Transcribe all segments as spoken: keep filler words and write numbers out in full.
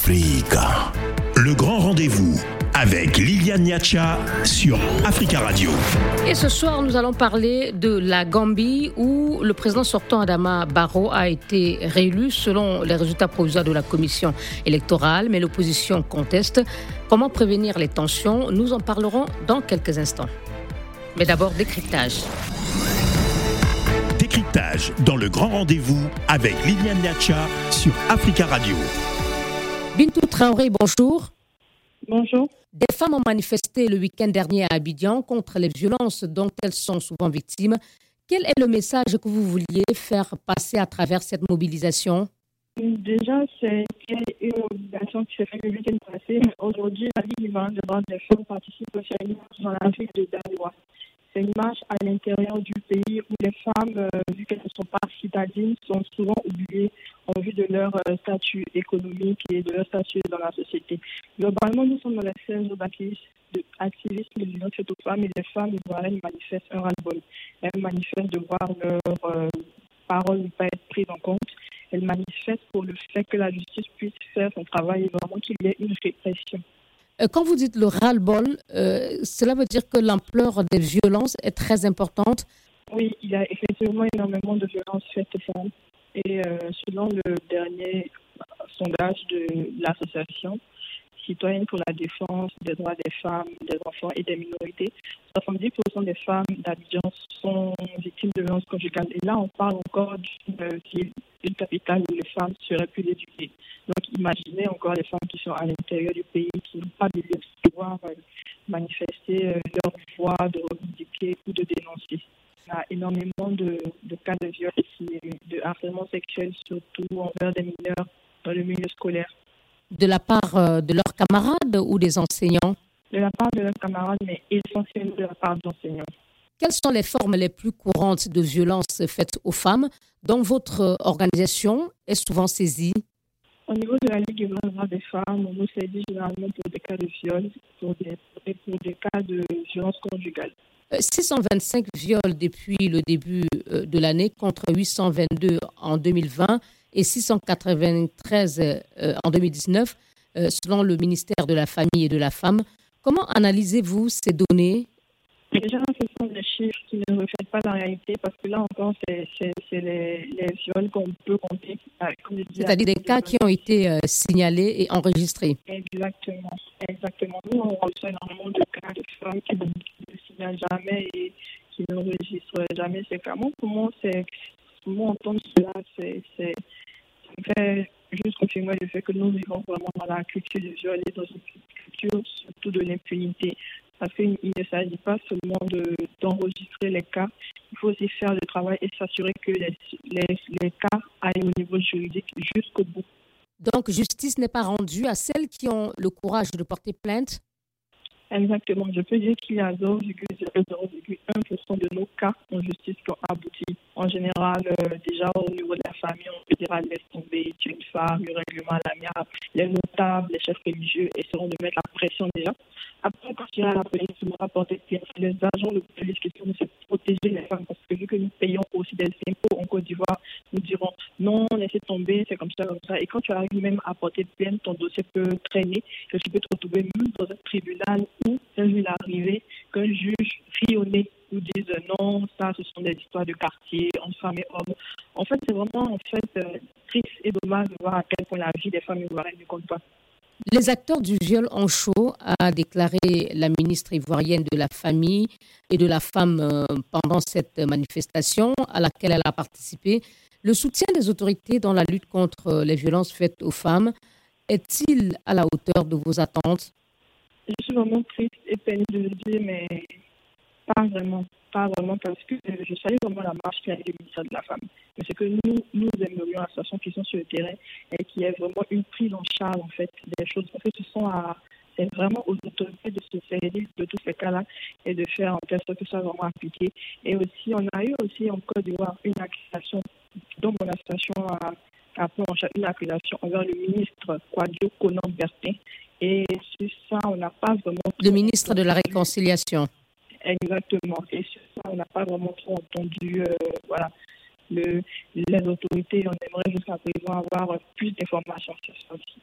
Africa. Le grand rendez-vous avec Liliane Niacha sur Africa Radio. Et ce soir, nous allons parler de la Gambie où le président sortant Adama Barrow a été réélu selon les résultats provisoires de la commission électorale, mais l'opposition conteste. Comment prévenir les tensions? Nous en parlerons dans quelques instants. Mais d'abord, décryptage. Décryptage dans le grand rendez-vous avec Liliane Niacha sur Africa Radio. Bintou Traoré, bonjour. Bonjour. Des femmes ont manifesté le week-end dernier à Abidjan contre les violences dont elles sont souvent victimes. Quel est le message que vous vouliez faire passer à travers cette mobilisation? Déjà, c'est une mobilisation qui s'est faite le week-end passé. Aujourd'hui, la Ligue des droits des femmes participe aussi à une marche dans la ville de Daloa. C'est une marche à l'intérieur du pays où les femmes, euh, vu qu'elles ne sont pas citadines, sont souvent oubliées en vue de leur euh, statut économique et de leur statut dans la société. Globalement, nous sommes dans les seize jours d'activisme de l'Union faite aux femmes et les femmes ivoiriennes manifestent un ras-le-bol. Elles manifestent de voir leurs euh, paroles ne pas être prises en compte. Elles manifestent pour le fait que la justice puisse faire son travail et vraiment qu'il y ait une répression. Quand vous dites le ras-le-bol, euh, cela veut dire que l'ampleur des violences est très importante? Oui, il y a effectivement énormément de violences faites aux femmes. Et euh, selon le dernier sondage de l'association citoyenne pour la défense des droits des femmes, des enfants et des minorités, soixante-dix pour cent des femmes d'Abidjan sont victimes de violences conjugales. Et là, on parle encore d'une ville, une capitale où les femmes seraient plus éduquées. Donc, imaginez encore les femmes qui sont à l'intérieur du pays, qui n'ont pas de lieu de pouvoir euh, manifester euh, leur voix, de revendiquer ou de dénoncer. Il y a énormément de, de cas de viol ici, de harcèlement sexuel, surtout envers des mineurs dans le milieu scolaire. De la part euh, de leurs camarades ou des enseignants? De la part de leurs camarades, mais essentiellement de la part d'enseignants. Quelles sont les formes les plus courantes de violences faites aux femmes dont votre organisation est souvent saisie? Au niveau de la Ligue des droits des femmes, on nous saisit généralement pour des cas de viol pour des, pour des cas de violence conjugale. six cent vingt-cinq viols depuis le début de l'année contre huit cent vingt-deux en deux mille vingt et six cent quatre-vingt-treize en deux mille dix-neuf, selon le ministère de la Famille et de la Femme. Comment analysez-vous ces données? Déjà, ce sont des chiffres qui ne reflètent pas la réalité parce que là encore, c'est, c'est, c'est les, les viols qu'on peut compter. Comme je dis, c'est-à-dire des cas qui ont été euh, signalés et enregistrés. Exactement. Exactement. Nous, on reçoit énormément de cas de femmes qui ne signalent jamais et qui n'enregistrent jamais ces cas. Moi, pour moi, c'est, pour moi entendre cela, c'est, c'est, ça me fait juste confirmer le fait que nous vivons vraiment dans la culture du viol et dans une culture surtout de l'impunité. Parce qu'il ne s'agit pas seulement de, d'enregistrer les cas, il faut aussi faire le travail et s'assurer que les, les, les cas aillent au niveau juridique jusqu'au bout. Donc, justice n'est pas rendue à celles qui ont le courage de porter plainte? Exactement. Je peux dire qu'il y a zéro virgule zéro un pour cent de nos cas en justice qui ont abouti. En général, euh, déjà au niveau de la famille, on peut dire à laisse tomber, tu es une femme, le règlement, l'amiable, les notables, les chefs religieux essaieront de mettre la pression déjà. Après, quand il y a la police, on va porter plainte. Les agents de police qui sont de se protéger les femmes parce que vu que nous payons aussi des impôts en Côte d'Ivoire, nous dirons non, laissez tomber, c'est comme ça, comme ça. Et quand tu arrives même à porter plainte, ton dossier peut traîner et tu peux te retrouver même dans un tribunal où un jour il est arrivé qu'un juge rit au nez nous dise non, ça ce sont des histoires de quartier, entre femmes et hommes. En fait, c'est vraiment en fait euh, triste et dommage de voir à quel point la vie des femmes ivoiriennes ne compte pas. Les acteurs du viol en chaud, a déclaré la ministre ivoirienne de la Famille et de la Femme euh, pendant cette manifestation à laquelle elle a participé. Le soutien des autorités dans la lutte contre les violences faites aux femmes est-il à la hauteur de vos attentes? Je suis vraiment triste et peinée de le dire, mais pas vraiment. Pas vraiment parce que je salue vraiment la marche qui a été du ministère de la Femme. Mais c'est que nous, nous aimerions à associations qui sont sur le terrain et qui est vraiment une prise en charge en fait des choses. Parce que ce sont à, c'est vraiment aux autorités de se saisir de tous ces cas-là et de faire en telle sorte que ça soit vraiment appliqué. Et aussi, on a eu aussi en Côte d'Ivoire une accusation, dont mon association a, a pris en charge une accusation envers le ministre Kouadio Konan Bertin. Et sur ça, on n'a pas vraiment... Le ministre de la Réconciliation. Exactement. Et sur ça, on n'a pas vraiment trop entendu euh, voilà, le, les autorités. On aimerait jusqu'à présent avoir plus d'informations sur ça aussi.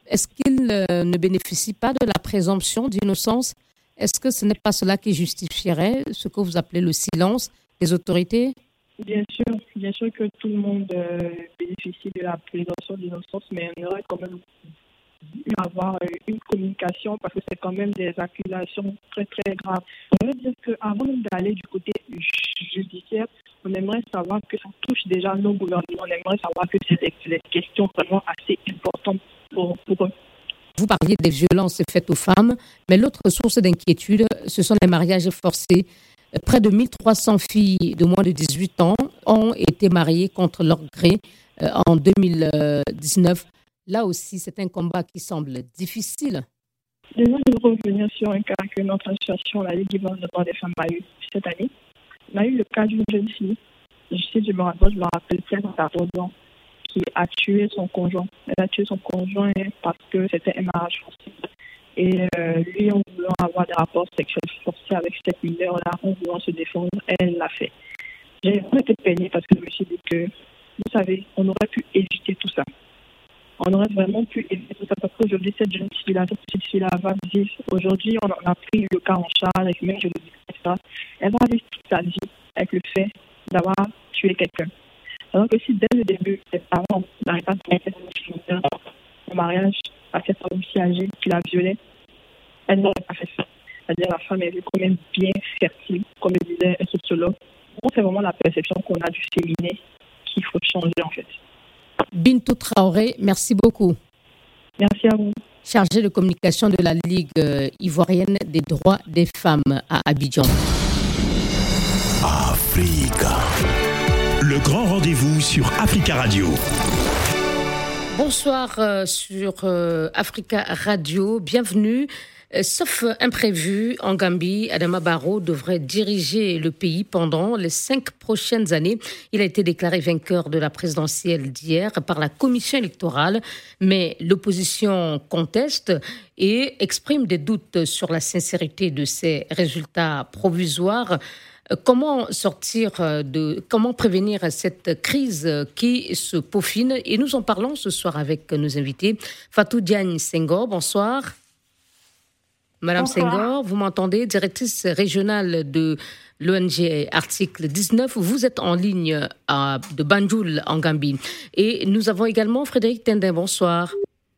est-ce qu'ils euh, ne bénéficient pas de la présomption d'innocence? Est-ce que ce n'est pas cela qui justifierait ce que vous appelez le silence des autorités? Bien sûr, bien sûr que tout le monde euh, bénéficie de la présomption d'innocence, mais on aurait quand même dû avoir euh, une communication parce que c'est quand même des accusations très très graves. On veut dire qu'avant d'aller du côté judiciaire, on aimerait savoir que ça touche déjà nos gouvernements, on aimerait savoir que c'est des, des questions vraiment assez importantes pour, pour eux. Vous parliez des violences faites aux femmes, mais l'autre source d'inquiétude, ce sont les mariages forcés. Près de mille trois cents filles de moins de dix-huit ans ont été mariées contre leur gré euh, en deux mille dix-neuf. Là aussi, c'est un combat qui semble difficile. Déjà, je veux revenir sur un cas que notre association, la Ligue des droits des femmes, a eu cette année. On a eu le cas d'une jeune fille, si je me rappelle, je me rappelle treize à quatorze ans, qui a tué son conjoint. Elle a tué son conjoint parce que c'était un mariage forcé. Et euh, lui, en voulant avoir des rapports sexuels forcés avec cette mineure-là, en voulant se défendre, elle l'a fait. J'ai vraiment été peinée parce que je me suis dit que, vous savez, on aurait pu éviter tout ça. On aurait vraiment pu éviter tout ça parce qu'aujourd'hui, cette jeune fille-là, cette petite fille-là va vivre. Aujourd'hui, on a pris le cas en charge avec même je le dis, et cetera. Elle va vivre toute sa vie avec le fait d'avoir tué quelqu'un. Alors que si dès le début, les parents n'arrivent pas à mettre cette fille au mariage à cette femme si âgée qui la violait, elle n'aurait pas fait ça. C'est-à-dire la femme est quand même bien fertile, comme le disait un sociologue. Donc, c'est vraiment la perception qu'on a du féminin qu'il faut changer en fait. Bintou Traoré, merci beaucoup. Merci à vous. Chargée de communication de la Ligue ivoirienne des droits des femmes à Abidjan. Africa. Le grand rendez-vous sur Africa Radio. Bonsoir euh, sur euh, Africa Radio, bienvenue. Euh, sauf imprévu, en Gambie, Adama Barrow devrait diriger le pays pendant les cinq prochaines années. Il a été déclaré vainqueur de la présidentielle d'hier par la commission électorale, mais l'opposition conteste et exprime des doutes sur la sincérité de ces résultats provisoires. Comment sortir de, comment prévenir cette crise qui se peaufine? Et nous en parlons ce soir avec nos invités. Fatou Diagne Senghor, bonsoir. Madame bonsoir. Senghor, vous m'entendez, directrice régionale de l'O N G Article dix-neuf. Vous êtes en ligne à, de Banjul, en Gambie. Et nous avons également Frédéric Tendin, bonsoir.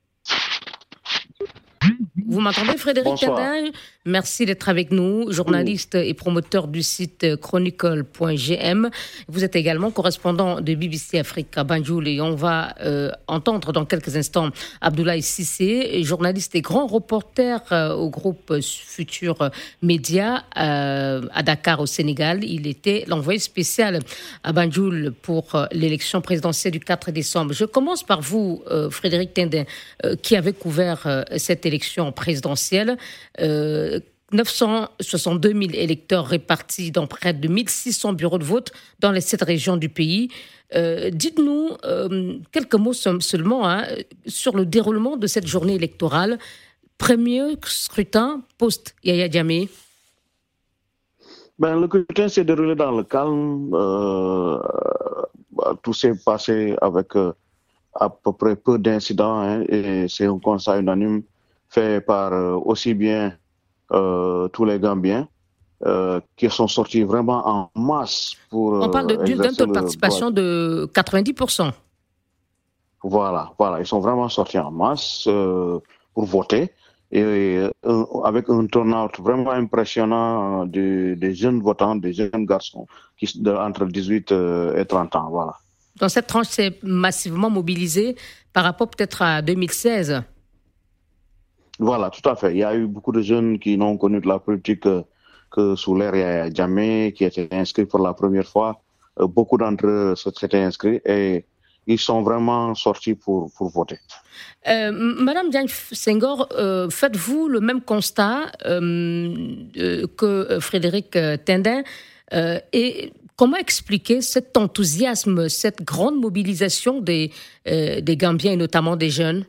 Vous m'entendez, Frédéric Tendin? Merci d'être avec nous, journaliste et promoteur du site chronicle point g m. Vous êtes également correspondant de B B C Afrique à Banjul et on va euh, entendre dans quelques instants Abdoulaye Cissé, journaliste et grand reporter euh, au groupe Futur Média euh, à Dakar au Sénégal. Il était l'envoyé spécial à Banjul pour euh, l'élection présidentielle du quatre décembre. Je commence par vous, euh, Frédéric Tendin, euh, qui avait couvert euh, cette élection présidentielle. Euh, neuf cent soixante-deux mille électeurs répartis dans près de mille six cents bureaux de vote dans les sept régions du pays. Euh, dites-nous euh, quelques mots seulement hein, sur le déroulement de cette journée électorale. Premier scrutin post-Yaya Jammeh. Ben, le scrutin s'est déroulé dans le calme. Euh, tout s'est passé avec euh, à peu près peu d'incidents hein, et c'est un constat unanime fait par euh, aussi bien Euh, tous les Gambiens euh, qui sont sortis vraiment en masse pour. On parle de, d'un taux de participation de quatre-vingt-dix pour cent. Voilà, voilà, ils sont vraiment sortis en masse euh, pour voter et euh, avec un turnout vraiment impressionnant de, des jeunes votants, des jeunes garçons qui de, entre dix-huit et trente ans, voilà. Donc cette tranche s'est massivement mobilisée par rapport peut-être à deux mille seize. Voilà, tout à fait. Il y a eu beaucoup de jeunes qui n'ont connu de la politique que, que sous l'ère Yaya Jammeh, qui étaient inscrits pour la première fois. Euh, beaucoup d'entre eux s'étaient inscrits et ils sont vraiment sortis pour, pour voter. Euh, Madame Diagne Senghor, euh, faites-vous le même constat euh, euh, que Frédéric Tendin euh, et comment expliquer cet enthousiasme, cette grande mobilisation des, euh, des Gambiens et notamment des jeunes?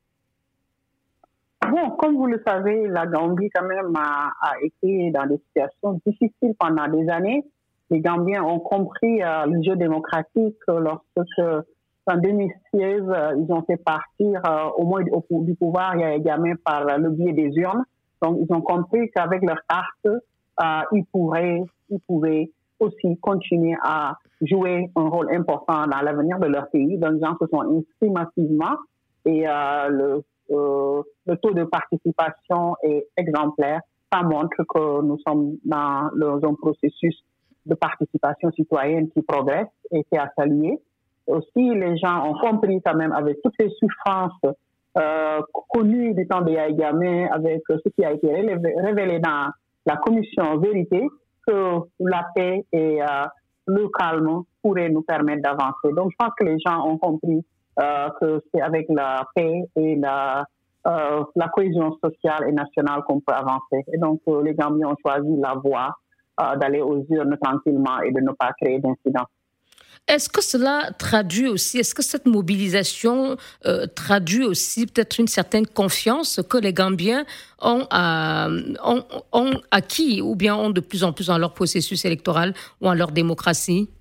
Bon, comme vous le savez, la Gambie quand même a, a été dans des situations difficiles pendant des années. Les Gambiens ont compris euh, le jeu démocratique lorsque euh, en deux mille seize, euh, ils ont fait partir euh, au moins au, du pouvoir Yahya Jammeh par le biais des urnes. Donc, ils ont compris qu'avec leur carte, euh, ils pourraient, ils pouvaient aussi continuer à jouer un rôle important dans l'avenir de leur pays. Donc, les gens se sont inscrits massivement et euh, le, euh, le taux de participation est exemplaire. Ça montre que nous sommes dans, le, dans un processus de participation citoyenne qui progresse et qui a salué. Aussi, les gens ont compris quand même avec toutes les souffrances euh, connues du temps de Yahya Jammeh, avec ce qui a été révélé, révélé dans la commission vérité, que la paix et euh, le calme pourraient nous permettre d'avancer. Donc, je pense que les gens ont compris euh, que c'est avec la paix et la, euh, la cohésion sociale et nationale qu'on peut avancer. Et donc, euh, les Gambiens ont choisi la voie euh, d'aller aux urnes tranquillement et de ne pas créer d'incidents. Est-ce que cela traduit aussi, est-ce que cette mobilisation euh, traduit aussi peut-être une certaine confiance que les Gambiens ont, euh, ont, ont acquis ou bien ont de plus en plus dans leur processus électoral ou en leur démocratie?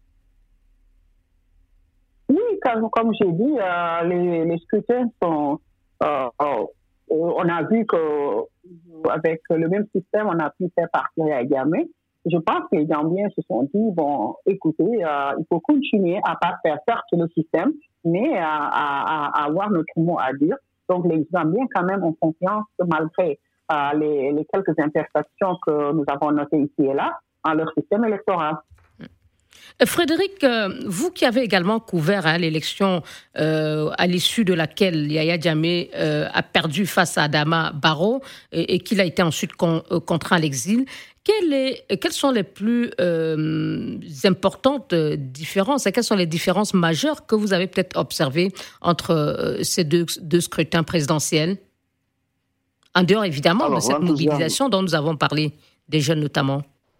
Oui, comme, comme j'ai dit, euh, les, les scrutins sont... Euh, euh, on a vu qu'avec le même système, on a pu faire partir Yahya Jammeh. Je pense que les Gambiens se sont dit, bon, écoutez, euh, il faut continuer à pas faire certes le système, mais à, à, à avoir notre mot à dire. Donc, les Gambiens, quand même, ont confiance, malgré euh, les, les quelques imperfections que nous avons notées ici et là, en leur système électoral. Frédéric, vous qui avez également couvert hein, l'élection euh, à l'issue de laquelle Yahya Jammeh euh, a perdu face à Adama Barrow et, et qu'il a été ensuite con, euh, contraint à l'exil, quelle est, quelles sont les plus euh, importantes différences et quelles sont les différences majeures que vous avez peut-être observées entre euh, ces deux, deux scrutins présidentiels? En dehors évidemment Alors, de cette mobilisation dont nous avons parlé, des jeunes notamment.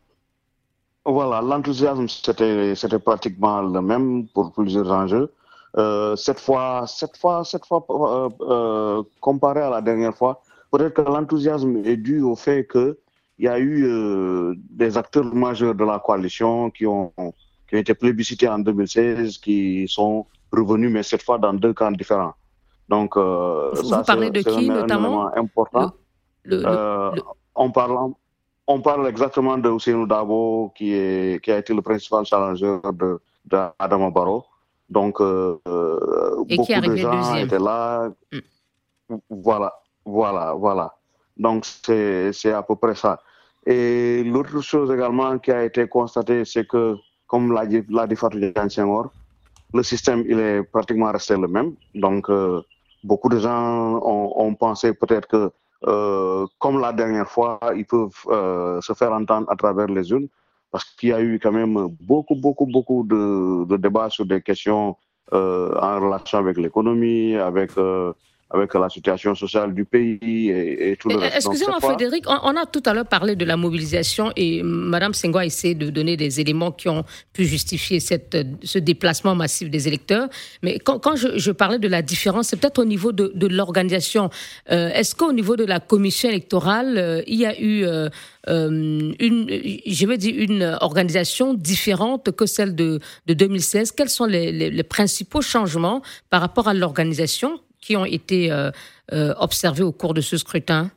Voilà, l'enthousiasme, c'était, c'était pratiquement le même pour plusieurs enjeux. Euh, cette fois, cette fois, cette fois euh, euh, comparé à la dernière fois, peut-être que l'enthousiasme est dû au fait qu'il y a eu euh, des acteurs majeurs de la coalition qui ont, qui ont été plébiscités en deux mille seize, qui sont revenus, mais cette fois dans deux camps différents. Donc, euh, vous, ça, vous parlez c'est, de qui, c'est un, notamment un important. le, le, euh, le... En parlant... On parle exactement de Ousseynou Dabo, qui, est, qui a été le principal challenger de, de Adama Barrow. Donc, euh, Et beaucoup de gens deuxième. étaient là. Mm. Voilà, voilà, voilà. Donc, c'est, c'est à peu près ça. Et l'autre chose également qui a été constatée, c'est que, comme l'a dit, l'a dit Fatou Diagne Senghor, le système, il est pratiquement resté le même. Donc, euh, beaucoup de gens ont, ont pensé peut-être que Euh, comme la dernière fois, ils peuvent euh, se faire entendre à travers les urnes, parce qu'il y a eu quand même beaucoup, beaucoup, beaucoup de, de débats sur des questions euh, en relation avec l'économie, avec, euh, avec la situation sociale du pays et, et tout le reste. Excusez-moi, fois... Frédéric, on, on a tout à l'heure parlé de la mobilisation et Mme Senghor a essayé de donner des éléments qui ont pu justifier cette, ce déplacement massif des électeurs. Mais quand, quand je, je parlais de la différence, c'est peut-être au niveau de, de l'organisation. Euh, est-ce qu'au niveau de la commission électorale, euh, il y a eu euh, une, je veux dire, une organisation différente que celle de, de deux mille seize? Quels sont les, les, les principaux changements par rapport à l'organisation qui ont été euh, euh, observés au cours de ce scrutin?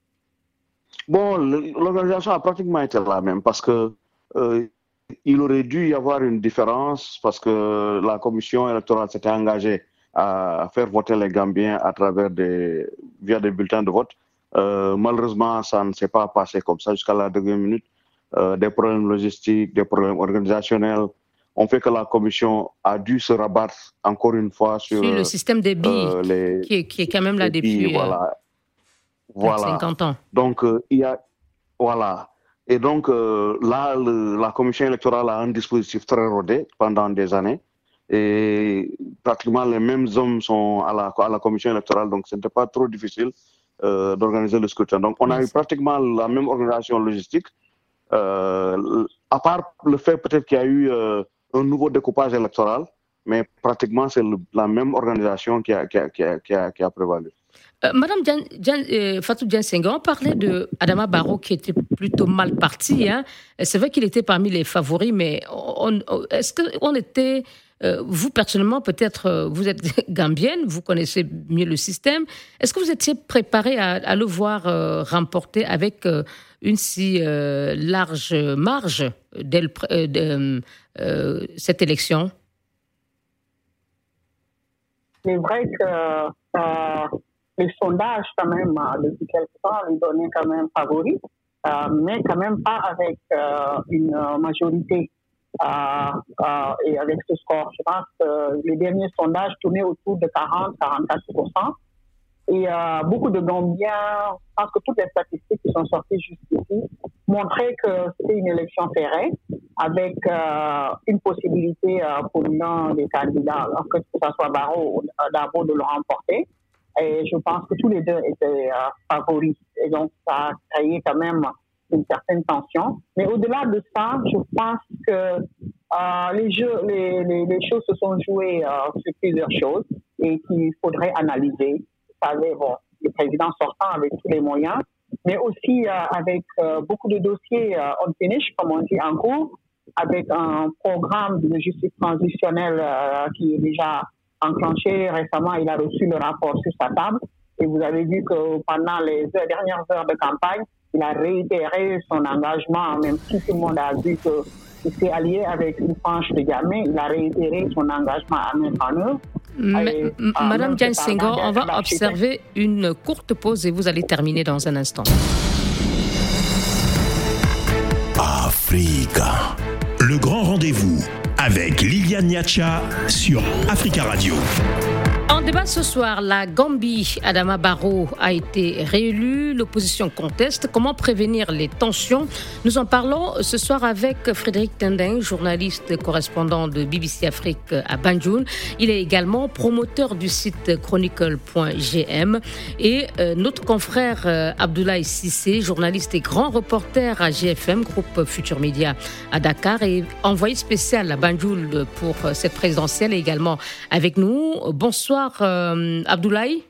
Bon, l'organisation a pratiquement été la même parce que euh, il aurait dû y avoir une différence parce que la commission électorale s'était engagée à faire voter les Gambiens à travers des, via des bulletins de vote. Euh, malheureusement, ça ne s'est pas passé comme ça jusqu'à la dernière minute. Euh, des problèmes logistiques, des problèmes organisationnels ont fait que la commission a dû se rabattre encore une fois sur, sur le système des billes, euh, les, qui, est, qui est quand même là depuis billes, voilà. Euh, voilà. cinquante ans. Donc, euh, il y a... Voilà. Et donc, euh, là, le, la commission électorale a un dispositif très rodé pendant des années. Et pratiquement les mêmes hommes sont à la, à la commission électorale, donc ce n'était pas trop difficile euh, d'organiser le scrutin. Donc, on Merci. a eu pratiquement la même organisation logistique, euh, à part le fait peut-être qu'il y a eu... Euh, un nouveau découpage électoral, mais pratiquement c'est le, la même organisation qui a, qui a, qui a, qui a, qui a prévalu. Euh, Madame Dian, Dian, euh, Fatou Diagne Senghor, on parlait de Adama Barrow qui était plutôt mal parti. Hein. C'est vrai qu'il était parmi les favoris, mais on, on, est-ce qu'on était Euh, vous, personnellement, peut-être, euh, vous êtes gambienne, vous connaissez mieux le système. Est-ce que vous étiez préparé à, à le voir euh, remporter avec euh, une si euh, large marge dès le, euh, de euh, cette élection? C'est vrai que euh, les sondages, quand même, depuis quelque temps, lui donnaient quand même favori, euh, mais quand même pas avec euh, une majorité. Euh, euh, et avec ce score, je pense que les derniers sondages tournaient autour de quarante à quarante-quatre pour cent. Et euh, beaucoup de Gambiens, je pense que toutes les statistiques qui sont sorties jusqu'ici montraient que c'était une élection serrée avec euh, une possibilité euh, pour l'un des candidats, que ce soit Barrow ou Darboe, de le remporter. Et je pense que tous les deux étaient euh, favoris. Et donc, ça a créé quand même une certaine tension. Mais au-delà de ça, je pense que euh, les, jeux, les, les, les choses se sont jouées euh, sur plusieurs choses et qu'il faudrait analyser. Vous savez, bon, le président sortant avec tous les moyens, mais aussi euh, avec euh, beaucoup de dossiers euh, on finish, comme on dit en cours, avec un programme de justice transitionnelle euh, qui est déjà enclenché. Récemment, il a reçu le rapport sur sa table. Et vous avez vu que pendant les heures, dernières heures de campagne, il a réitéré son engagement, même si tout le monde a vu qu'il s'est allié avec une frange de gamins, il a réitéré son engagement à mettre en œuvre. Et, Madame Diagne Senghor, on va observer une courte pause et vous allez terminer dans un instant. Africa, le grand rendez-vous avec Liliane Niacha sur Africa Radio. En débat ce soir, la Gambie, Adama Barrow a été réélue, l'opposition conteste. Comment prévenir les tensions? Nous en parlons ce soir avec Frédéric Tendeng, journaliste correspondant de B B C Afrique à Banjul. Il est également promoteur du site chronicle point g m et euh, notre confrère euh, Abdoulaye Cissé, journaliste et grand reporter à G F M, groupe Futur Média à Dakar et envoyé spécial à Banjul pour euh, cette présidentielle, est également avec nous. Bonsoir. Euh, Abdoulaye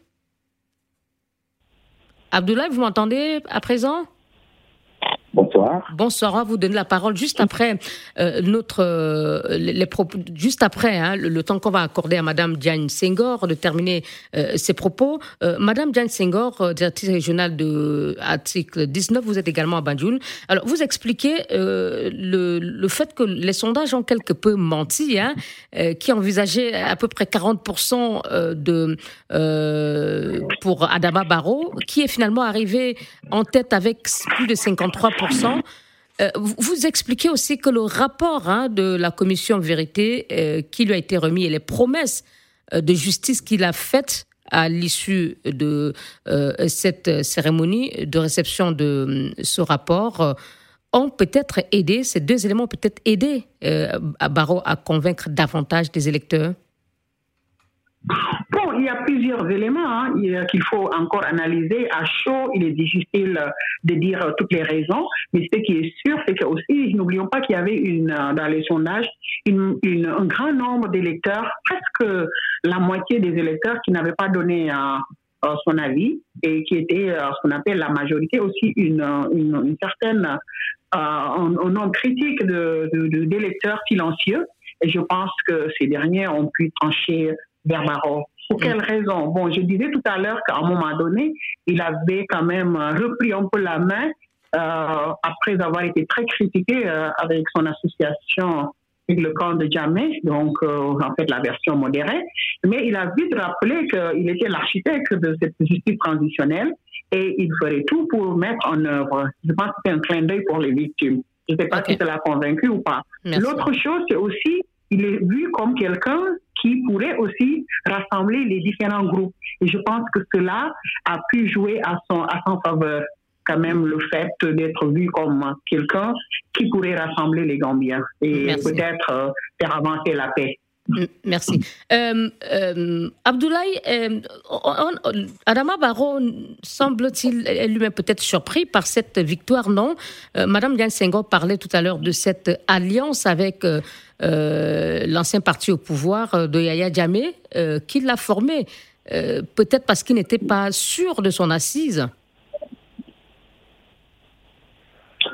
Abdoulaye, vous m'entendez à présent? Bonsoir. Bonsoir, on va vous donner la parole juste après euh, notre euh, les, les propos, juste après hein, le, le temps qu'on va accorder à Madame Diagne Senghor de terminer euh, ses propos. Euh, Madame Diagne Senghor, euh, directrice régionale de article dix-neuf, vous êtes également à Banjul. Alors vous expliquez euh, le, le fait que les sondages ont quelque peu menti, hein, euh, qui envisageaient à peu près quarante pour cent de euh, pour Adama Barrow, qui est finalement arrivé en tête avec plus de cinquante-trois pour cent. Euh, vous expliquez aussi que le rapport hein, de la commission Vérité euh, qui lui a été remis et les promesses euh, de justice qu'il a faites à l'issue de euh, cette cérémonie de réception de euh, ce rapport euh, ont peut-être aidé, ces deux éléments ont peut-être aidé euh, à Barrow à convaincre davantage des électeurs. Bon, il y a plusieurs éléments hein, qu'il faut encore analyser. À chaud, il est difficile de dire toutes les raisons, mais ce qui est sûr, c'est que aussi, n'oublions pas qu'il y avait une, dans les sondages une, une, un grand nombre d'électeurs, presque la moitié des électeurs qui n'avaient pas donné euh, son avis et qui étaient euh, ce qu'on appelle la majorité, aussi une, une, une certaine euh, un, un nombre critique de, de, de, d'électeurs silencieux. Et je pense que ces derniers ont pu trancher vers Barrow. Pour quelle raison? Bon, je disais tout à l'heure qu'à un moment donné, il avait quand même repris un peu la main euh, après avoir été très critiqué euh, avec son association avec le camp de Jammeh, donc euh, en fait la version modérée. Mais il a vite rappelé qu'il était l'architecte de cette justice transitionnelle et il ferait tout pour mettre en œuvre. Je pense que c'est un clin d'œil pour les victimes. Je ne sais pas okay. si ça l'a convaincu ou pas. Merci. L'autre chose, c'est aussi il est vu comme quelqu'un qui pourrait aussi rassembler les différents groupes. Et je pense que cela a pu jouer à son, à son faveur, quand même, le fait d'être vu comme quelqu'un qui pourrait rassembler les Gambiens et Merci. peut-être euh, faire avancer la paix. Merci. Euh, euh, Abdoulaye, euh, on, on, Adama Barrow, semble-t-il lui-même peut-être surpris par cette victoire, non? euh, Madame Diagne Senghor parlait tout à l'heure de cette alliance avec euh, euh, l'ancien parti au pouvoir de Yahya Jammeh, euh, qui l'a formé, euh, peut-être parce qu'il n'était pas sûr de son assise.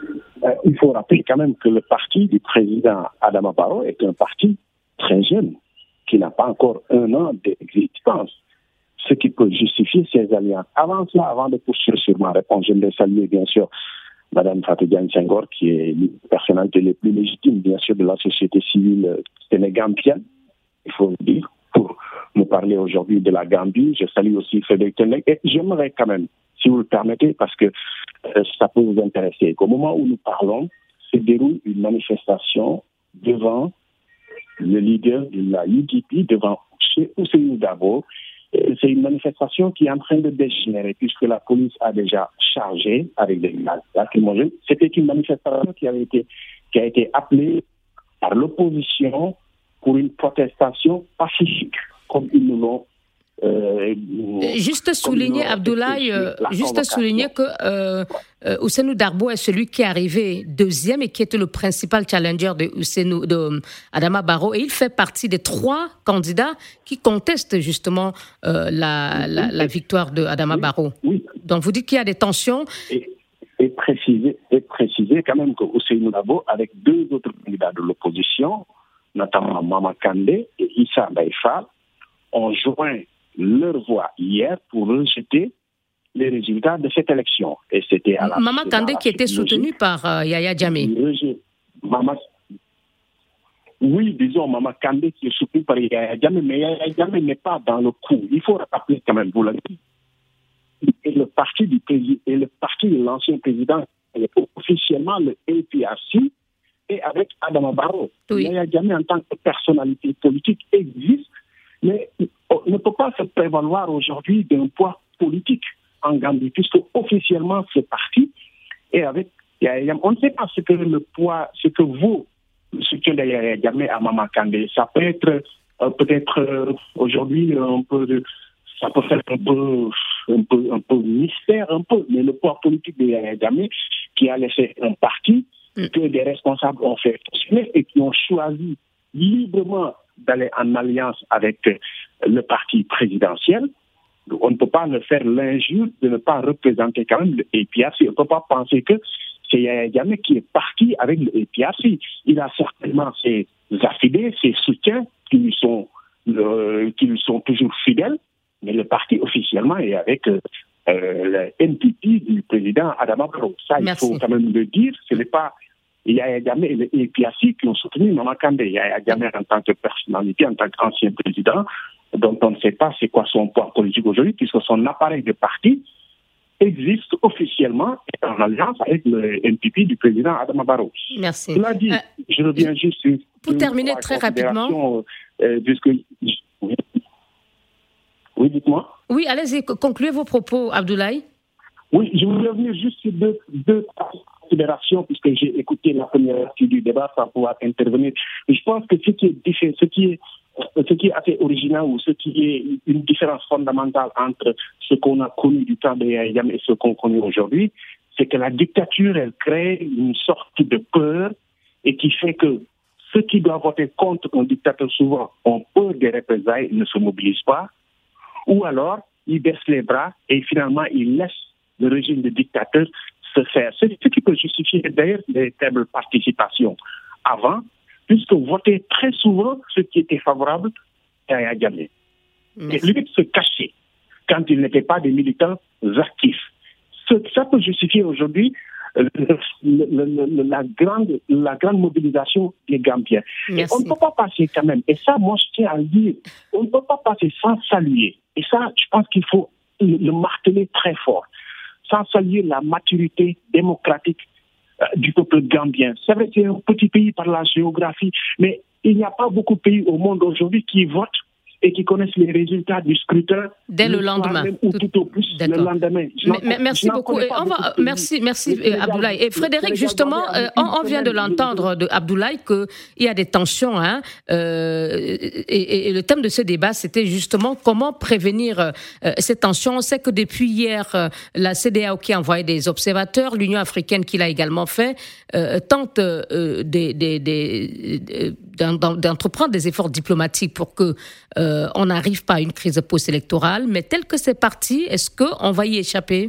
Euh, il faut rappeler quand même que le parti du président Adama Barrow est un parti très jeune. qui n'a pas encore un an d'existence, ce qui peut justifier ces alliances. Avant cela, avant de poursuivre sur ma réponse, je voudrais saluer bien sûr Mme Fatou Diagne Senghor, qui est l'une des personnalités les plus légitimes, bien sûr, de la société civile sénégambienne, il faut le dire, pour nous parler aujourd'hui de la Gambie. Je salue aussi Frédéric Tenlec. Et j'aimerais quand même, si vous le permettez, parce que euh, ça peut vous intéresser, qu'au moment où nous parlons, se déroule une manifestation devant le leader de la U D P, devant Ousseynou Dabo. C'est une manifestation qui est en train de dégénérer puisque la police a déjà chargé avec des gaz lacrymogènes. C'était une manifestation qui, avait été, qui a été appelée par l'opposition pour une protestation pacifique, comme ils nous l'ont Euh, juste souligner, Abdoulaye, euh, juste souligner que euh, euh, Ousseynou Dabo est celui qui est arrivé deuxième et qui était le principal challenger de, Ousseynou, de Adama Barrow. Et il fait partie des trois candidats qui contestent justement euh, la, la, la victoire de Adama oui, Barrow. Oui. Donc vous dites qu'il y a des tensions. Et, et, préciser, et préciser quand même que Ousseynou Dabo, avec deux autres candidats de l'opposition, notamment Mama Kandé et Issa Baïfa, ont joint leur voix hier pour rejeter les résultats de cette élection. Et c'était à la Mama Kandé qui était soutenu par euh, Yaya Jammeh. Mama, oui, disons Mama Kandé qui est soutenu par Yaya Jammeh, mais Yaya Jammeh n'est pas dans le coup. Il faut rappeler quand même, vous l'avez dit. Et le parti du président, et le parti de l'ancien président, officiellement le A P R C, et avec Adama Barrow. Oui. Yaya Jammeh en tant que personnalité politique existe, mais on ne peut pas se prévaloir aujourd'hui d'un poids politique en Gambie, puisque officiellement ce parti est avec Yaya Jammeh. On ne sait pas ce que le poids, ce que vaut le soutien de Yaya Jammeh à Mama Kandé. Ça peut être euh, peut-être euh, aujourd'hui un peu de, ça peut faire un peu, un peu, un peu mystère, un peu, mais le poids politique de Yaya Jammeh qui a laissé un parti mm. que des responsables ont fait fonctionner et qui ont choisi librement d'aller en alliance avec le parti présidentiel. On ne peut pas le faire l'injure de ne pas représenter quand même le A P R C. On ne peut pas penser que c'est Yaya Jammeh qui est parti avec le A P R C. Il a certainement ses affidés, ses soutiens qui lui sont, euh, qui lui sont toujours fidèles, mais le parti officiellement est avec euh, le N P P du président Adama Barrow. Ça, Merci. Il faut quand même le dire. Ce n'est pas Yaya Jammeh et le A P R C qui ont soutenu Mama Kandé. Yaya Jammeh en tant que personnalité, en tant qu'ancien président, dont on ne sait pas c'est quoi son poids politique aujourd'hui, puisque son appareil de parti existe officiellement en alliance avec le N P P du président Adama Barrow. Merci. Cela dit, euh, je reviens juste sur... Pour terminer très rapidement... Euh, puisque... Oui, oui, dites-moi. Oui, allez-y, concluez vos propos, Abdoulaye. Oui, je voulais revenir juste sur deux, deux considérations, puisque j'ai écouté la première partie du débat sans pouvoir intervenir. Et je pense que ce qui est différent, ce qui est, ce qui est assez original ou ce qui est une différence fondamentale entre ce qu'on a connu du temps de Yaya Jammeh et ce qu'on connaît aujourd'hui, c'est que la dictature, elle crée une sorte de peur et qui fait que ceux qui doivent voter contre un dictateur souvent ont peur des représailles, ne se mobilisent pas, ou alors ils baissent les bras et finalement ils laissent le régime de dictateur se faire. C'est ce qui peut justifier d'ailleurs les faibles participations avant, puisque voter très souvent ce qui était favorable à Yaya Jammeh. Et lui se cacher quand ils n'étaient pas des militants actifs. Ce, ça peut justifier aujourd'hui le, le, le, la, grande, la grande mobilisation des Gambiens. Et on ne peut pas passer quand même, et ça moi je tiens à le dire, on ne peut pas passer sans saluer. Et ça, je pense qu'il faut le, le marteler très fort. Sans saluer la maturité démocratique euh, du peuple gambien. C'est vrai que c'est un petit pays par la géographie, mais il n'y a pas beaucoup de pays au monde aujourd'hui qui votent et qui connaissent les résultats du scrutin dès le, le lendemain, ou tout, tout au plus le lendemain. Mais, merci beaucoup. Et on va, merci, merci Abdoulaye. Et Frédéric, justement, euh, on, on vient de l'entendre de Abdoulaye qu'il y a des tensions. Hein, euh, et, et le thème de ce débat, c'était justement comment prévenir euh, ces tensions. On sait que depuis hier, euh, la C D A O qui a envoyé des observateurs, l'Union africaine qui l'a également fait, euh, tente euh, des, des, des, des, d'entreprendre des efforts diplomatiques pour que euh, on n'arrive pas à une crise post-électorale, mais tel que c'est parti, est-ce qu'on va y échapper?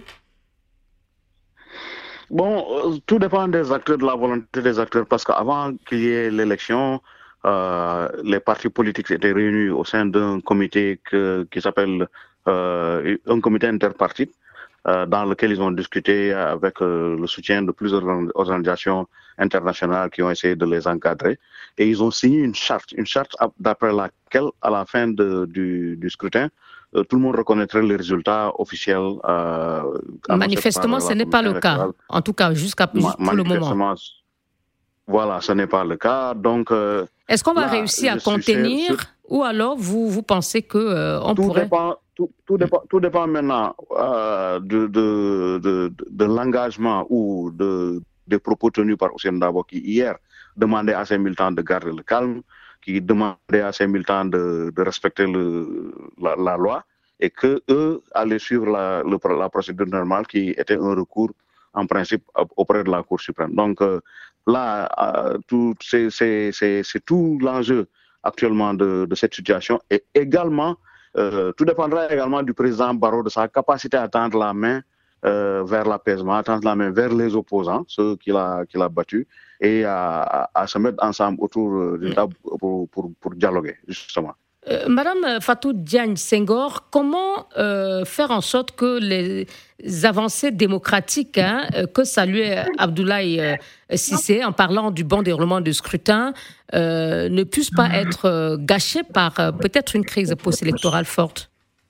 Bon, euh, tout dépend des acteurs, de la volonté des acteurs, parce qu'avant qu'il y ait l'élection, euh, les partis politiques étaient réunis au sein d'un comité que, qui s'appelle euh, un comité interpartite, euh, dans lequel ils ont discuté avec euh, le soutien de plusieurs organisations internationales qui ont essayé de les encadrer. Et ils ont signé une charte, une charte d'après laquelle, à la fin de, du, du scrutin, euh, tout le monde reconnaîtrait les résultats officiels. Euh, Manifestement, ce n'est pas le cas. En tout cas, jusqu'à Ma- pour le moment. Voilà, ce n'est pas le cas. Donc, euh, est-ce qu'on va là, réussir à je suis contenir sûr- ou alors vous, vous pensez qu'on euh, on tout pourrait... dépend, tout, tout dépend, tout dépend maintenant euh, de, de, de, de l'engagement ou de, des propos tenus par Ousmane Dabo qui hier demandait à ses militants de garder le calme, qui demandait à ses militants de, de respecter le, la, la loi et que eux allaient suivre la, le, la procédure normale qui était un recours en principe auprès de la Cour suprême. Donc euh, là, euh, tout, c'est, c'est, c'est, c'est tout l'enjeu actuellement de, de cette situation et également Euh, tout dépendra également du président Barrow, de sa capacité à tendre la main euh, vers l'apaisement, à tendre la main vers les opposants, ceux qu'il a, qu'il a battus, et à, à, à se mettre ensemble autour d'une table pour, pour, pour dialoguer, justement. Euh, Madame Fatou Diagne Senghor, comment euh, faire en sorte que les avancées démocratiques hein, que saluait Abdoulaye euh, Cissé en parlant du bon déroulement du scrutin euh, ne puissent pas être euh, gâchées par euh, peut-être une crise post-électorale forte?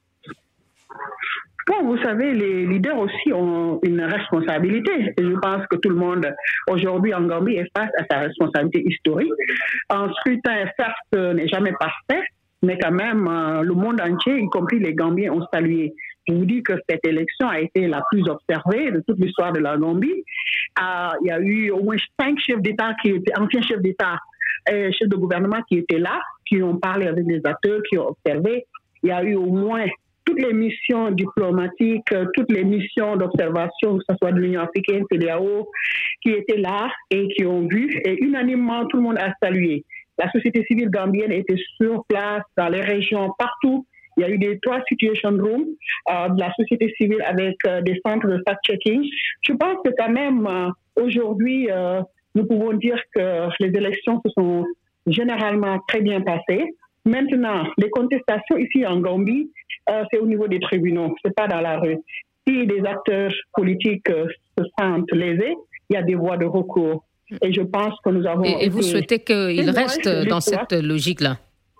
Bon, vous savez, les leaders aussi ont une responsabilité. Et je pense que tout le monde, aujourd'hui en Gambie, est face à sa responsabilité historique. Un scrutin, certes, n'est jamais parfait, mais quand même, euh, le monde entier, y compris les Gambiens, ont salué. Je vous dis que cette élection a été la plus observée de toute l'histoire de la Gambie. Euh, il y a eu au moins cinq chefs d'État, qui étaient, anciens chefs d'État et chefs de gouvernement qui étaient là, qui ont parlé avec les acteurs, qui ont observé. Il y a eu au moins toutes les missions diplomatiques, toutes les missions d'observation, que ce soit de l'Union africaine, C D A O, qui étaient là et qui ont vu. Et unanimement, tout le monde a salué. La société civile gambienne était sur place, dans les régions, partout. Il y a eu des trois situation rooms euh, de la société civile avec euh, des centres de fact-checking. Je pense que quand même, euh, aujourd'hui, euh, nous pouvons dire que les élections se sont généralement très bien passées. Maintenant, les contestations ici en Gambie, euh, c'est au niveau des tribunaux, c'est pas dans la rue. Si des acteurs politiques euh, se sentent lésés, il y a des voies de recours. Et je pense que nous avons... Et, et vous souhaitez qu'il reste dans cette logique-là?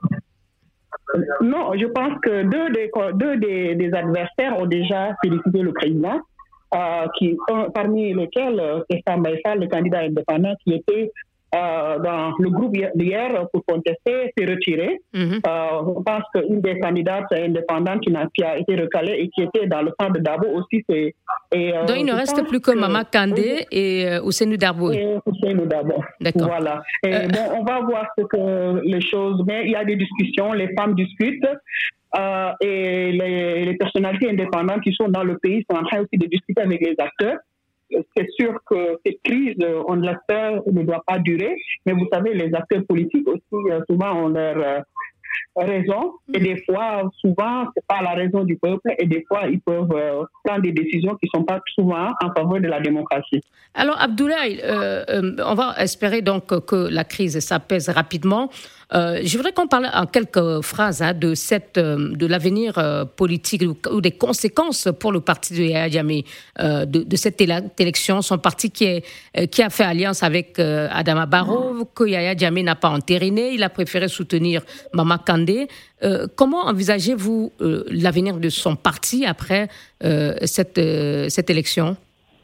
Non, je pense que deux des, deux des, des adversaires ont déjà félicité le président, euh, qui, un, parmi lesquels Stéphane Baïsal, le candidat indépendant qui était euh, dans le groupe d'hier pour contester, s'est retiré. Mm-hmm. Euh, je pense qu'une des candidates indépendantes qui, qui a été recalée et qui était dans le camp de Dabo aussi, c'est... Et, euh, Donc il ne reste plus que, que Mama Kandé et euh, Ousseynou Dabo. Et Ousseynou Dabo. D'accord. Voilà. Et euh... bon, on va voir ce que les choses... Mais il y a des discussions, les femmes discutent. Euh, et les, les personnalités indépendantes qui sont dans le pays sont en train aussi de discuter avec les acteurs. C'est sûr que cette crise, on l'espère, ne doit pas durer, mais vous savez, les acteurs politiques aussi, souvent, ont leur euh, raison, et des fois, souvent, c'est pas la raison du peuple, et des fois, ils peuvent euh, prendre des décisions qui sont pas souvent en faveur de la démocratie. Alors, Abdoulaye, euh, euh, on va espérer donc que la crise s'apaise rapidement. Euh, je voudrais qu'on parle en quelques phrases hein, de, cette, euh, de l'avenir euh, politique ou, ou des conséquences pour le parti de Yaya Jammeh euh, de, de cette éla- élection. Son parti qui, est, euh, qui a fait alliance avec euh, Adama Barrow, que Yaya Jammeh n'a pas entériné. Il a préféré soutenir Mama Kandé. Euh, comment envisagez-vous euh, l'avenir de son parti après euh, cette, euh, cette élection?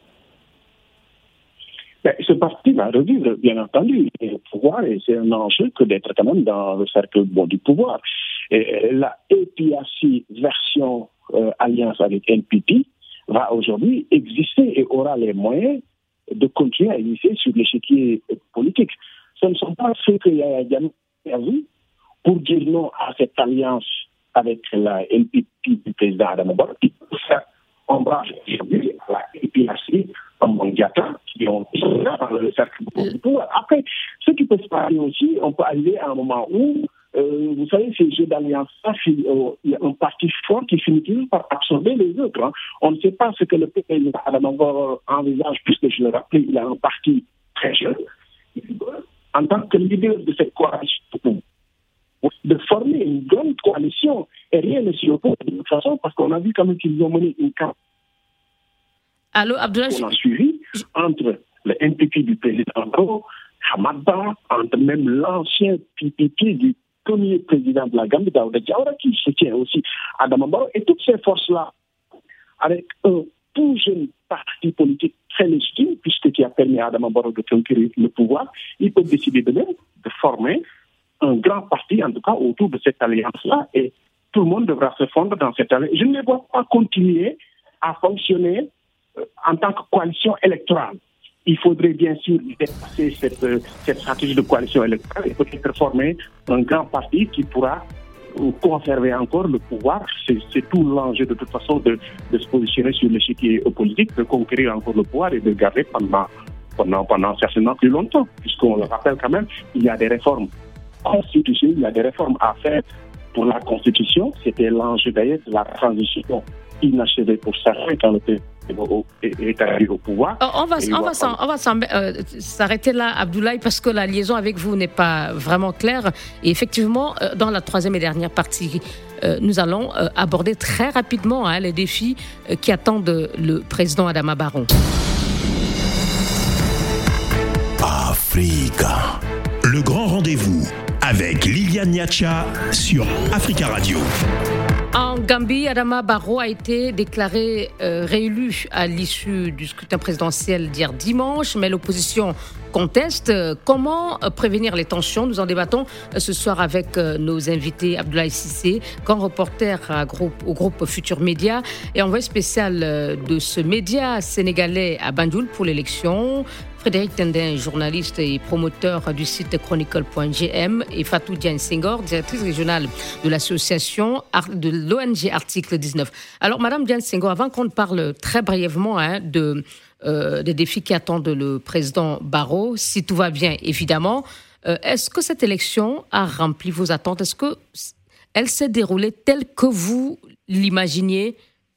Ben, ce parti va revivre, bien entendu, le pouvoir, et c'est un enjeu que d'être quand même dans le cercle bon du pouvoir. Et la A P R C version euh, alliance avec N P P va aujourd'hui exister et aura les moyens de continuer à exister sur l'échiquier politique. Ce ne sont pas ceux qu'il y a vu pour dire non à cette alliance avec la N P P du président Adama Barrow, qui peut faire ombrage aujourd'hui à la A P R C comme Mondiata, qui ont dans le cercle du pouvoir. Après, ce qui peut se passer aussi, on peut arriver à un moment où, euh, vous savez, ces jeux d'alliance-là, il y a un parti fort qui finit toujours par absorber les autres. Hein. On ne sait pas ce que le président Adama Barrow envisage, puisque je le rappelle, il a un parti très jeune. En tant que leader de cette coalition au de former une grande coalition et rien ne s'y oppose de toute façon parce qu'on a vu quand même qu'ils ont mené une campagne. Allô, Abdoulaye. On a suivi entre le N P P du président Barrow, Hamad Ba, entre même l'ancien P P P du premier président de la Gambie, Daouda Diawara, qui soutient aussi Adama Barrow, et toutes ces forces-là, avec un tout jeune parti politique très légitime, puisque qui a permis à Adama Barrow de conquérir le pouvoir, ils peuvent décider de même de former un grand parti, en tout cas autour de cette alliance-là, et tout le monde devra se fondre dans cette alliance. Je ne les vois pas continuer à fonctionner euh, en tant que coalition électorale. Il faudrait bien sûr dépasser cette, euh, cette stratégie de coalition électorale et peut-être former un grand parti qui pourra euh, conserver encore le pouvoir. C'est, c'est tout l'enjeu de toute façon de, de se positionner sur l'échiquier politique, de conquérir encore le pouvoir et de garder pendant, pendant, pendant certainement plus longtemps, puisqu'on le rappelle quand même, il y a des réformes constitutionnelles, il y a des réformes à faire pour la Constitution. C'était l'enjeu d'ailleurs de la transition inachevée pour certains quand le pays est arrivé au pouvoir. On va, on va, s'en, on va s'en, euh, s'arrêter là, Abdoulaye, parce que la liaison avec vous n'est pas vraiment claire. Et effectivement, euh, dans la troisième et dernière partie, euh, nous allons euh, aborder très rapidement hein, les défis euh, qui attendent le président Adama Barrow. Africa, le grand rendez-vous avec Liliane Niacha sur Africa Radio. En Gambie, Adama Barrow a été déclaré euh, réélu à l'issue du scrutin présidentiel d'hier dimanche, mais l'opposition conteste. Comment prévenir les tensions? Nous en débattons ce soir avec nos invités Abdoulaye Cissé, grand reporter à groupe, au groupe Futur Média et envoyé spécial de ce média sénégalais à Banjul pour l'élection. Frédéric Tendin, journaliste et promoteur du site chronicle point g m, et Fatou Diagne Senghor, directrice régionale de l'association de l'O N G Article dix-neuf. Alors, Madame Diagne Senghor, avant qu'on parle très brièvement hein, de, euh, des défis qui attendent le président Barrow, si tout va bien, évidemment, euh, est-ce que cette élection a rempli vos attentes? Est-ce qu'elle s'est déroulée telle que vous l'imaginiez?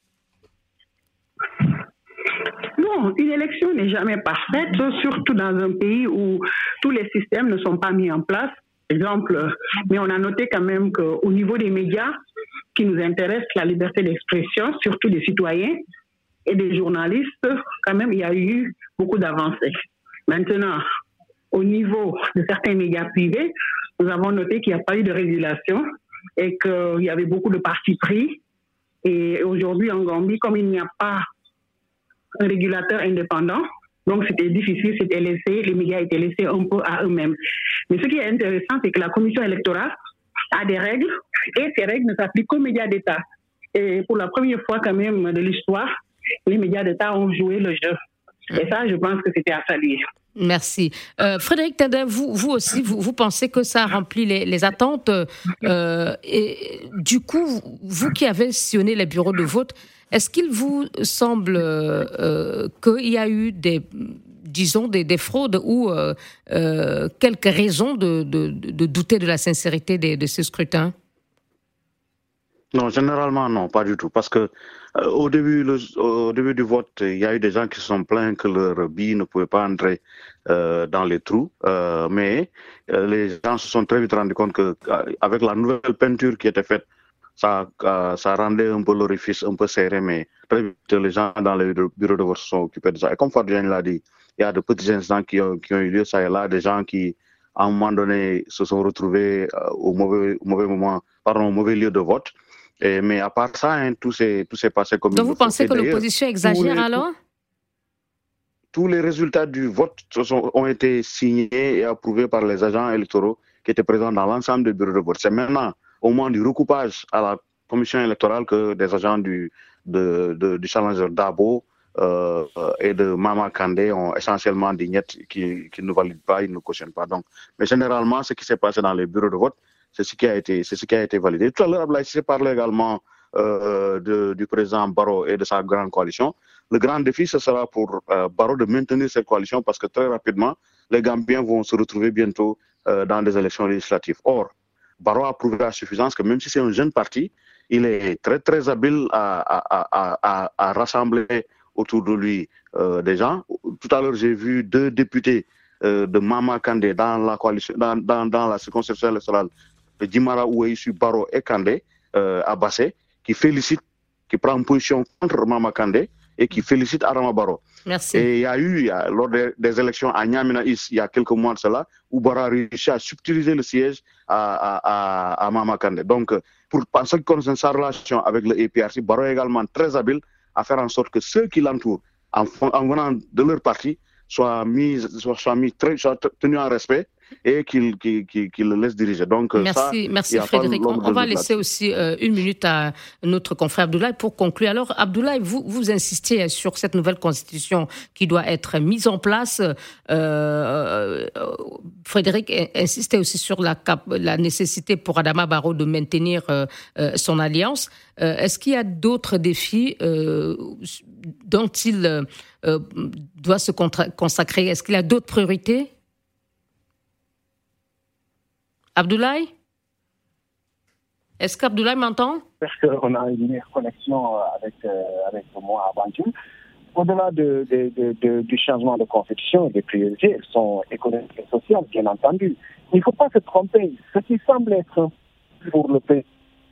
Non, une élection n'est jamais parfaite, surtout dans un pays où tous les systèmes ne sont pas mis en place. Exemple, mais on a noté quand même qu'au niveau des médias qui nous intéressent, la liberté d'expression, surtout des citoyens et des journalistes, quand même, il y a eu beaucoup d'avancées. Maintenant, au niveau de certains médias privés, nous avons noté qu'il n'y a pas eu de régulation et qu'il y avait beaucoup de partis pris. Et aujourd'hui, en Gambie, comme il n'y a pas un régulateur indépendant, donc c'était difficile, c'était laissé, les médias étaient laissés un peu à eux-mêmes. Mais ce qui est intéressant, c'est que la commission électorale a des règles et ces règles ne s'appliquent qu'aux médias d'État. Et pour la première fois quand même de l'histoire, les médias d'État ont joué le jeu. Et ça, je pense que c'était à saluer. Merci. Euh, Frédéric Tendin, vous, vous aussi, vous, vous pensez que ça a rempli les, les attentes euh, et du coup, vous qui avez sillonné les bureaux de vote, est-ce qu'il vous semble euh, qu'il y a eu des, disons, des, des fraudes ou euh, euh, quelques raisons de, de, de douter de la sincérité de, de ce scrutin? Non, généralement non, pas du tout. Parce que euh, au début, le, au début du vote, il y a eu des gens qui se sont plaints que leur bille ne pouvait pas entrer euh, dans les trous. Euh, mais euh, les gens se sont très vite rendus compte qu'avec la nouvelle peinture qui était faite, ça, euh, ça rendait un peu l'orifice un peu serré. Mais très vite, les gens dans les bureaux de vote se sont occupés de ça. Et comme Fabien l'a dit, il y a de petits incidents qui ont, qui ont eu lieu, ça et là, des gens qui, à un moment donné, se sont retrouvés euh, au, mauvais, au mauvais moment, pardon, au mauvais lieu de vote. Et, mais à part ça, hein, tout, s'est, tout s'est passé comme il faut. Donc vous pensez que l'opposition exagère les, alors? Tous les résultats du vote sont, ont été signés et approuvés par les agents électoraux qui étaient présents dans l'ensemble des bureaux de vote. C'est maintenant, au moment du recoupage à la commission électorale, que des agents du, de, de, du challenger Dabo euh, et de Mama Kandé ont essentiellement des niettes qui, qui ne valident pas, ils ne cautionnent pas. Donc, mais généralement, ce qui s'est passé dans les bureaux de vote, c'est ce qui a été, c'est ce qui a été validé. Tout à l'heure, Abdoulaye Cissé parlait également euh, de, du président Barrow et de sa grande coalition. Le grand défi, ce sera pour euh, Barrow de maintenir cette coalition parce que très rapidement, les Gambiens vont se retrouver bientôt euh, dans des élections législatives. Or, Barrow a prouvé à suffisance que même si c'est un jeune parti, il est très très habile à, à, à, à, à rassembler autour de lui euh, des gens. Tout à l'heure, j'ai vu deux députés euh, de Mama Kandé dans la coalition, dans, dans, dans la circonscription électorale Djimara Ouaissou, Baro et Kandé euh, à Bassé, qui félicite, qui prend position contre Mama Kandé et qui félicite Adama Barrow. Merci. Et il y a eu, il y a, lors des, des élections à Niamina, il y a quelques mois de cela, où Barrow a réussi à subtiliser le siège à, à, à, à Mama Kandé. Donc, pour, en ce qui concerne sa relation avec le A P R C, Barrow est également très habile à faire en sorte que ceux qui l'entourent, en, en venant de leur parti, soient mis, soient, soient mis très, soient tenus en respect et qu'il qu qu qu le laisse diriger. Donc, merci, ça, merci Frédéric. On, on va laisser aussi euh, une minute à notre confrère Abdoulaye pour conclure. Alors, Abdoulaye, vous, vous insistiez sur cette nouvelle constitution qui doit être mise en place. Euh, euh, Frédéric insistait aussi sur la, cap- la nécessité pour Adama Barrow de maintenir euh, euh, son alliance. Euh, est-ce qu'il y a d'autres défis euh, dont il euh, doit se contra- consacrer? Est-ce qu'il y a d'autres priorités? Abdoulaye? Est-ce qu'Abdoulaye m'entend? Parce qu'on a une meilleure connexion avec, euh, avec moi avant tout. Au-delà de, de, de, de, du changement de constitution, des priorités, elles sont économiques et sociales, bien entendu. Il ne faut pas se tromper. Ce qui semble être pour le pays,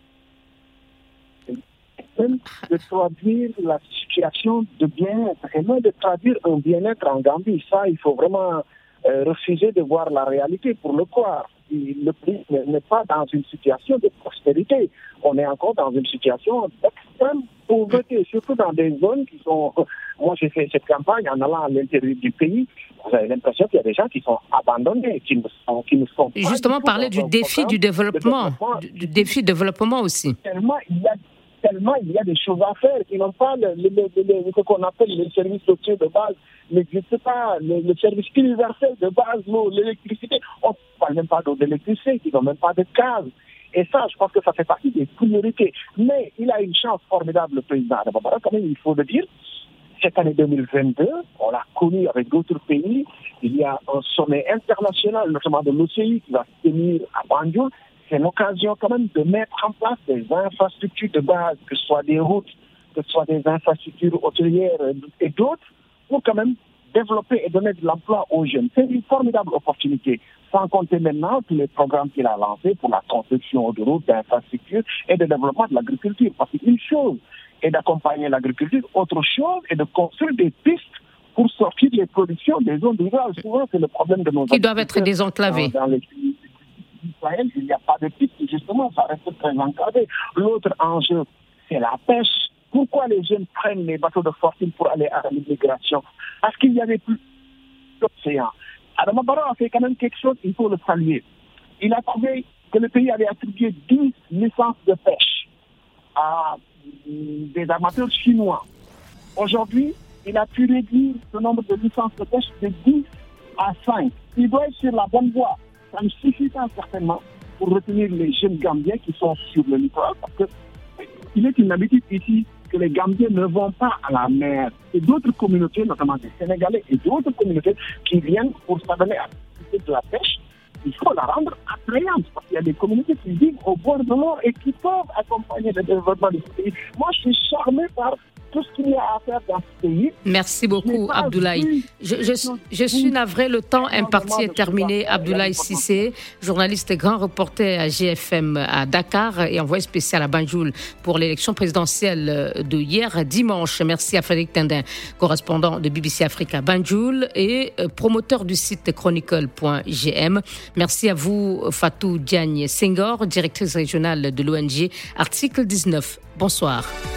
de traduire la situation de bien-être et non de traduire un bien-être en Gambie. Ça, il faut vraiment euh, refuser de voir la réalité pour le croire. Le pays n'est pas dans une situation de prospérité. On est encore dans une situation d'extrême pauvreté, surtout dans des zones qui sont... Moi, j'ai fait cette campagne en allant à l'intérieur du pays. Vous avez l'impression qu'il y a des gens qui sont abandonnés, qui ne sont, qui ne sont pas... Justement, parler du défi du développement, de développement, du, du défi de développement aussi. Tellement il y a Tellement il y a des choses à faire qui n'ont pas le, le, le, le, ce qu'on appelle les services sociaux de base, n'existe pas, le, le service universel de base, l'eau, l'électricité. On ne parle même pas d'eau d'électricité, qui n'ont même pas de case. Et ça, je pense que ça fait partie des priorités. Mais il a une chance formidable, le président Adama Barrow, quand même, il faut le dire. Cette année deux mille vingt-deux, on l'a connu avec d'autres pays. Il y a un sommet international, notamment de l'O C I, qui va se tenir à Banjul. C'est l'occasion quand même de mettre en place des infrastructures de base, que ce soit des routes, que ce soit des infrastructures hôtelières et d'autres, pour quand même développer et donner de l'emploi aux jeunes. C'est une formidable opportunité, sans compter maintenant tous les programmes qu'il a lancés pour la construction de routes, d'infrastructures et de développement de l'agriculture. Parce qu'une chose est d'accompagner l'agriculture, autre chose est de construire des pistes pour sortir les productions des zones rurales. Souvent, c'est le problème de nos... Qui doivent être désenclavées. Dans, dans les pays d'Israël, il n'y a pas de piste, justement, ça reste très encadré. L'autre enjeu, c'est la pêche. Pourquoi les jeunes prennent les bateaux de fortune pour aller à l'immigration? Parce qu'il n'y avait plus d'océan. Adama Barrow a fait quand même quelque chose, il faut le saluer. Il a trouvé que le pays avait attribué dix licences de pêche à des armateurs chinois. Aujourd'hui, il a pu réduire ce nombre de licences de pêche de dix à cinq. Il doit être sur la bonne voie. Ça ne suffit pas certainement pour retenir les jeunes Gambiens qui sont sur le littoral, parce que il est une habitude ici que les Gambiens ne vont pas à la mer. Et d'autres communautés, notamment des Sénégalais et d'autres communautés qui viennent pour s'adonner à l'activité de la pêche, il faut la rendre attrayante, parce qu'il y a des communautés qui vivent au bord de l'eau et qui peuvent accompagner le développement de ce pays. Moi, je suis charmé par tout ce qu'il y a à faire dans ce pays. Merci beaucoup, Abdoulaye. Je, je, je suis navré, le temps imparti est terminé. Abdoulaye Cissé, journaliste et grand reporter à G F M à Dakar et envoyé spécial à Banjul pour l'élection présidentielle de hier dimanche. Merci à Frédéric Tendin, correspondant de B B C Afrique à Banjul et promoteur du site chronicle point g m. Merci à vous, Fatou Diagne Senghor, directrice régionale de l'O N G Article dix-neuf. Bonsoir.